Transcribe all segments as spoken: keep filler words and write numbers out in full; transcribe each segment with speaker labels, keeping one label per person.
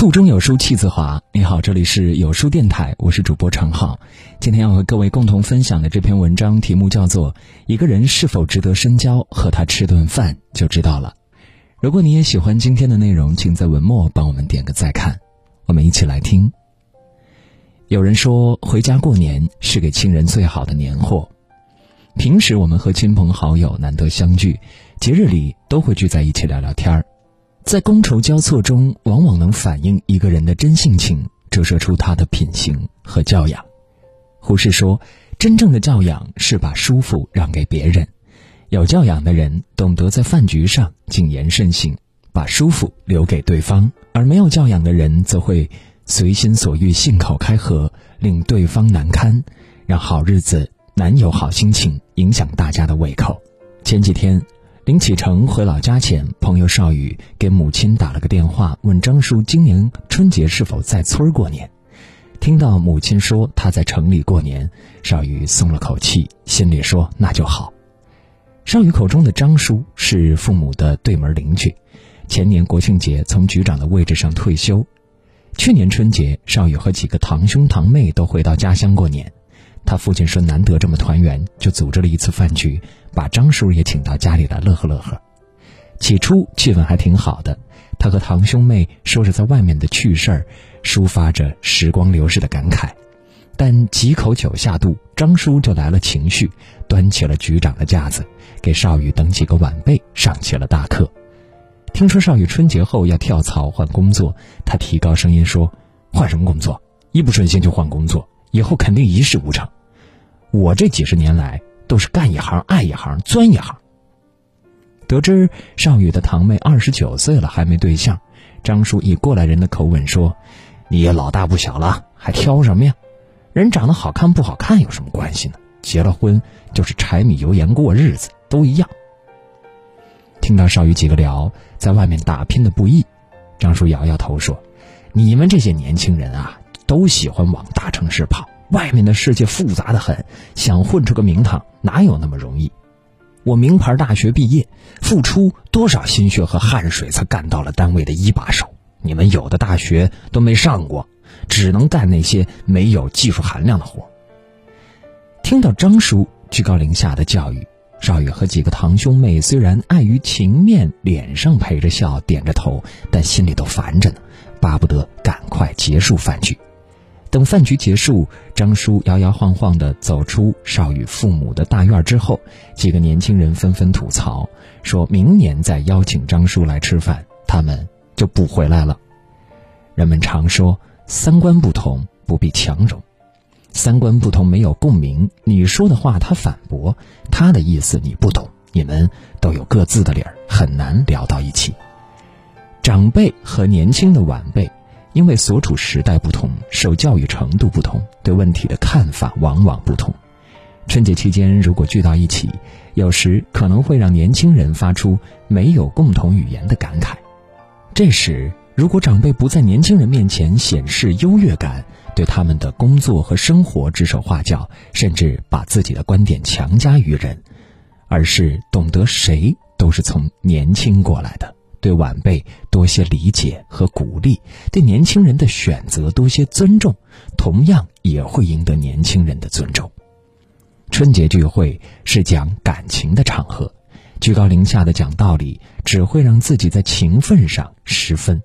Speaker 1: 腹中有书气自华。你好，这里是有书电台，我是主播程浩。今天要和各位共同分享的这篇文章题目叫做一个人是否值得深交，和他吃顿饭就知道了。如果你也喜欢今天的内容，请在文末帮我们点个再看。我们一起来听。有人说，回家过年是给亲人最好的年货。平时我们和亲朋好友难得相聚，节日里都会聚在一起聊聊天儿。在觥筹交错中，往往能反映一个人的真性情，折射出他的品行和教养。胡适说，真正的教养是把舒服让给别人。有教养的人懂得在饭局上谨言慎行，把舒服留给对方，而没有教养的人则会随心所欲信口开河，令对方难堪，让好日子难有好心情，影响大家的胃口。前几天林启程回老家前，朋友邵宇给母亲打了个电话，问张叔今年春节是否在村过年。听到母亲说他在城里过年，邵宇松了口气，心里说那就好。邵宇口中的张叔是父母的对门邻居，前年国庆节从局长的位置上退休。去年春节，邵宇和几个堂兄堂妹都回到家乡过年。他父亲说难得这么团圆，就组织了一次饭局，把张叔也请到家里来乐呵乐呵。起初气氛还挺好的，他和堂兄妹说着在外面的趣事儿，抒发着时光流逝的感慨。但几口酒下肚，张叔就来了情绪，端起了局长的架子，给邵宇等几个晚辈上起了大课。听说邵宇春节后要跳槽换工作，他提高声音说，换什么工作？一不顺心就换工作，以后肯定一事无成。我这几十年来都是干一行爱一行钻一行。得知邵宇的堂妹二十九岁了还没对象，张叔以过来人的口吻说，你也老大不小了，还挑什么呀？人长得好看不好看有什么关系呢？结了婚就是柴米油盐过日子，都一样。听到邵宇几个聊在外面打拼的不易，张叔摇摇头说，你们这些年轻人啊，都喜欢往大城市跑，外面的世界复杂的很，想混出个名堂哪有那么容易？我名牌大学毕业，付出多少心血和汗水才干到了单位的一把手，你们有的大学都没上过，只能干那些没有技术含量的活。听到张叔居高临下的教育，邵宇和几个堂兄妹虽然碍于情面，脸上陪着笑点着头，但心里都烦着呢，巴不得赶快结束饭局。等饭局结束，张叔摇摇晃晃地走出邵宇父母的大院之后，几个年轻人纷纷吐槽，说明年再邀请张叔来吃饭，他们就不回来了。人们常说三观不同不必强融，三观不同没有共鸣，你说的话他反驳，他的意思你不懂，你们都有各自的理儿，很难聊到一起。长辈和年轻的晚辈因为所处时代不同，受教育程度不同，对问题的看法往往不同。春节期间如果聚到一起，有时可能会让年轻人发出没有共同语言的感慨。这时如果长辈不在年轻人面前显示优越感，对他们的工作和生活指手画脚，甚至把自己的观点强加于人，而是懂得谁都是从年轻过来的，对晚辈多些理解和鼓励，对年轻人的选择多些尊重，同样也会赢得年轻人的尊重。春节聚会是讲感情的场合，居高临下的讲道理，只会让自己在情分上失分。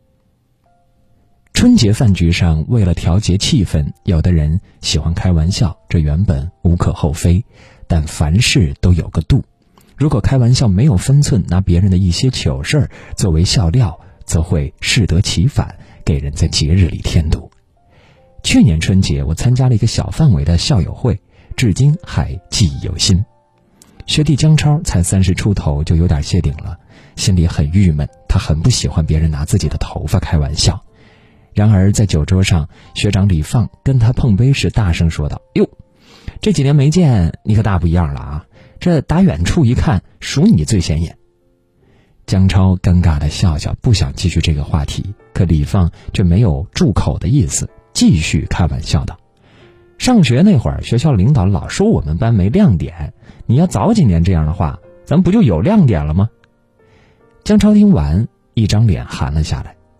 Speaker 1: 春节饭局上，为了调节气氛，有的人喜欢开玩笑，这原本无可厚非，但凡事都有个度。如果开玩笑没有分寸，拿别人的一些糗事儿作为笑料，则会适得其反，给人在节日里添堵。去年春节，我参加了一个小范围的校友会，至今还记忆犹新。学弟江超才三十出头就有点谢顶了，心里很郁闷，他很不喜欢别人拿自己的头发开玩笑。然而在酒桌上，学长李放跟他碰杯时大声说道，哟，这几年没见，你可大不一样了啊，这打远处一看，属你最显眼。江超尴尬地笑笑，不想继续这个话题，可李放却没有住口的意思，继续开玩笑道，上学那会儿，学校领导老说我们班没亮点，你要早几年这样的话，咱不就有亮点了吗？江超听完，一张脸寒了下来，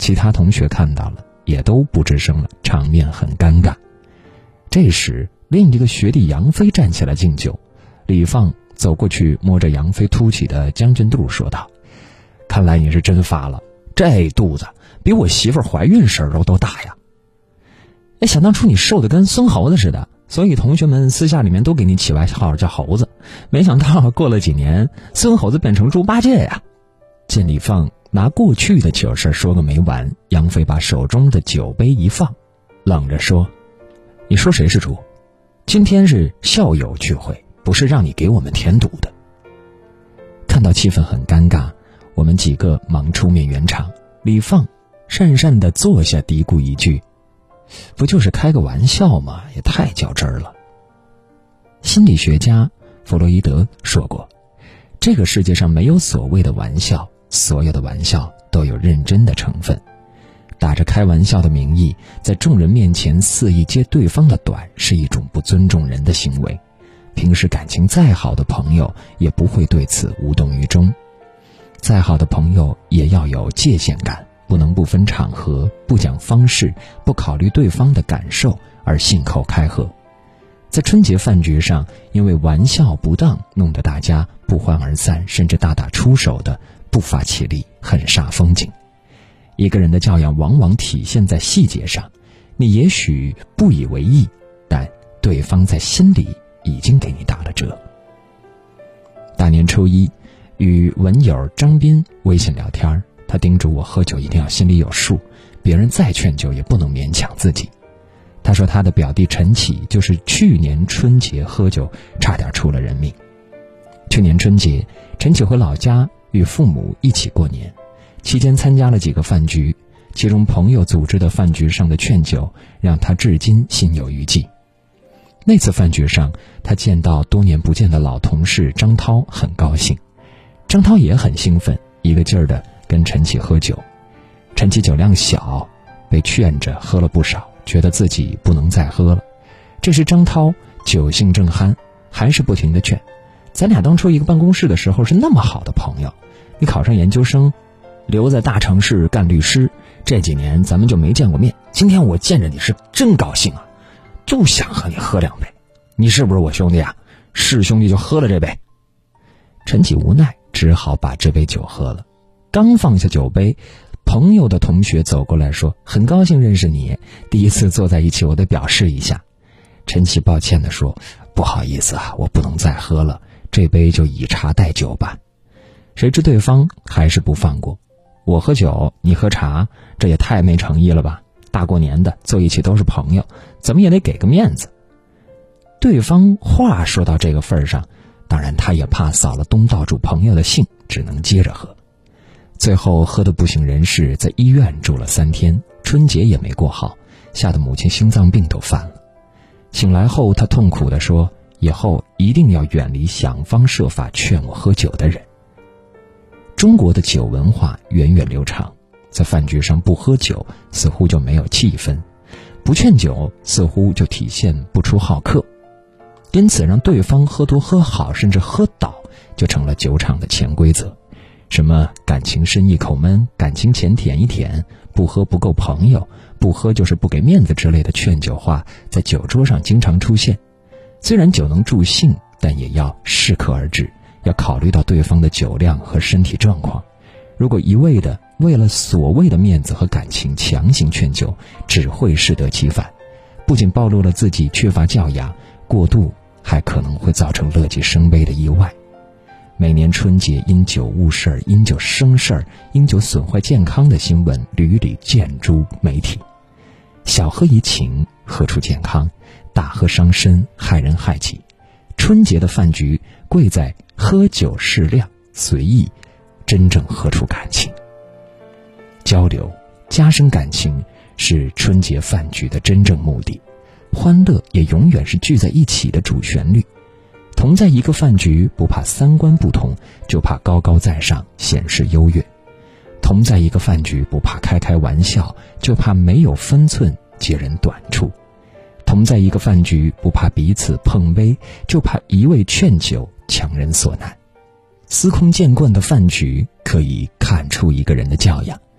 Speaker 1: 其他同学看到了也都不吱声了，场面很尴尬。这时另一个学弟杨飞站起来敬酒，李放走过去摸着杨飞凸起的将军肚说道：看来你是真发了，这肚子比我媳妇怀孕时候都大呀。哎，想当初你瘦得跟孙猴子似的，所以同学们私下里面都给你起外号叫猴子，没想到过了几年，孙猴子变成猪八戒呀。见李放拿过去的糗事说个没完，杨飞把手中的酒杯一放，冷着说：你说谁是猪？今天是校友聚会，不是让你给我们添堵的。看到气氛很尴尬，我们几个忙出面圆场。李放讪讪地坐下，嘀咕一句：不就是开个玩笑吗？也太较真儿了。心理学家弗洛伊德说过，这个世界上没有所谓的玩笑，所有的玩笑都有认真的成分。打着开玩笑的名义，在众人面前肆意揭对方的短，是一种不尊重人的行为。平时感情再好的朋友也不会对此无动于衷。再好的朋友也要有界限感，不能不分场合，不讲方式，不考虑对方的感受而信口开河。在春节饭局上，因为玩笑不当弄得大家不欢而散，甚至大打出手的不发起力，很煞风景。一个人的教养往往体现在细节上，你也许不以为意，但对方在心里已经给你打了折。大年初一与文友张斌微信聊天，他叮嘱我喝酒一定要心里有数，别人再劝酒也不能勉强自己。他说他的表弟陈启就是去年春节喝酒差点出了人命。去年春节，陈启回老家与父母一起过年，期间参加了几个饭局，其中朋友组织的饭局上的劝酒让他至今心有余悸。那次饭局上，他见到多年不见的老同事张涛，很高兴。张涛也很兴奋，一个劲儿的跟陈启喝酒。陈启酒量小，被劝着喝了不少，觉得自己不能再喝了。这时张涛酒性正酣，还是不停地劝：咱俩当初一个办公室的时候是那么好的朋友，你考上研究生，留在大城市干律师，这几年咱们就没见过面，今天我见着你是真高兴啊，就想和你喝两杯，你是不是我兄弟啊？是兄弟就喝了这杯。陈启无奈，只好把这杯酒喝了。刚放下酒杯，朋友的同学走过来说：很高兴认识你，第一次坐在一起，我得表示一下。陈启抱歉地说：不好意思啊，我不能再喝了，这杯就以茶代酒吧。谁知对方还是不放过，我喝酒你喝茶，这也太没诚意了吧，大过年的坐一起都是朋友，怎么也得给个面子。对方话说到这个份上，当然他也怕扫了东道主朋友的兴，只能接着喝。最后喝得不省人事，在医院住了三天，春节也没过好，吓得母亲心脏病都犯了。醒来后他痛苦地说，以后一定要远离想方设法劝我喝酒的人。中国的酒文化源远流长，在饭局上不喝酒似乎就没有气氛，不劝酒似乎就体现不出好客，因此让对方喝多喝好甚至喝倒就成了酒场的潜规则。什么感情深一口闷，感情浅舔一舔，不喝不够朋友，不喝就是不给面子之类的劝酒话在酒桌上经常出现。虽然酒能助兴，但也要适可而止，要考虑到对方的酒量和身体状况。如果一味的为了所谓的面子和感情强行劝酒，只会适得其反，不仅暴露了自己缺乏教养，过度还可能会造成乐极生悲的意外。每年春节因酒误事儿、因酒生事儿、因酒损坏健康的新闻屡屡见诸媒体。小喝怡情，喝出健康；大喝伤身，害人害己。春节的饭局贵在喝酒适量、随意，真正喝出感情。交流加深感情是春节饭局的真正目的，欢乐也永远是聚在一起的主旋律。同在一个饭局，不怕三观不同，就怕高高在上显示优越。同在一个饭局，不怕开开玩笑，就怕没有分寸揭人短处。同在一个饭局，不怕彼此碰杯，就怕一味劝酒强人所难。司空见惯的饭局可以看出一个人的教养。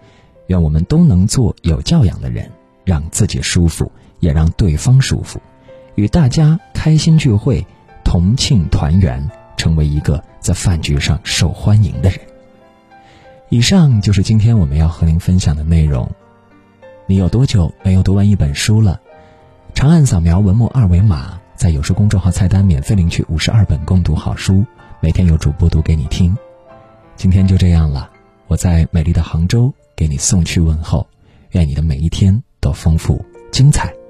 Speaker 1: 愿我们都能做有教养的人，让自己舒服，也让对方舒服，与大家开心聚会，同庆团圆，成为一个在饭局上受欢迎的人。以上就是今天我们要和您分享的内容。你有多久没有读完一本书了？长按扫描文末二维码，在有书公众号菜单免费领取五十二本共读好书，每天有主播读给你听。今天就这样了，我在美丽的杭州给你送去问候，愿你的每一天都丰富精彩。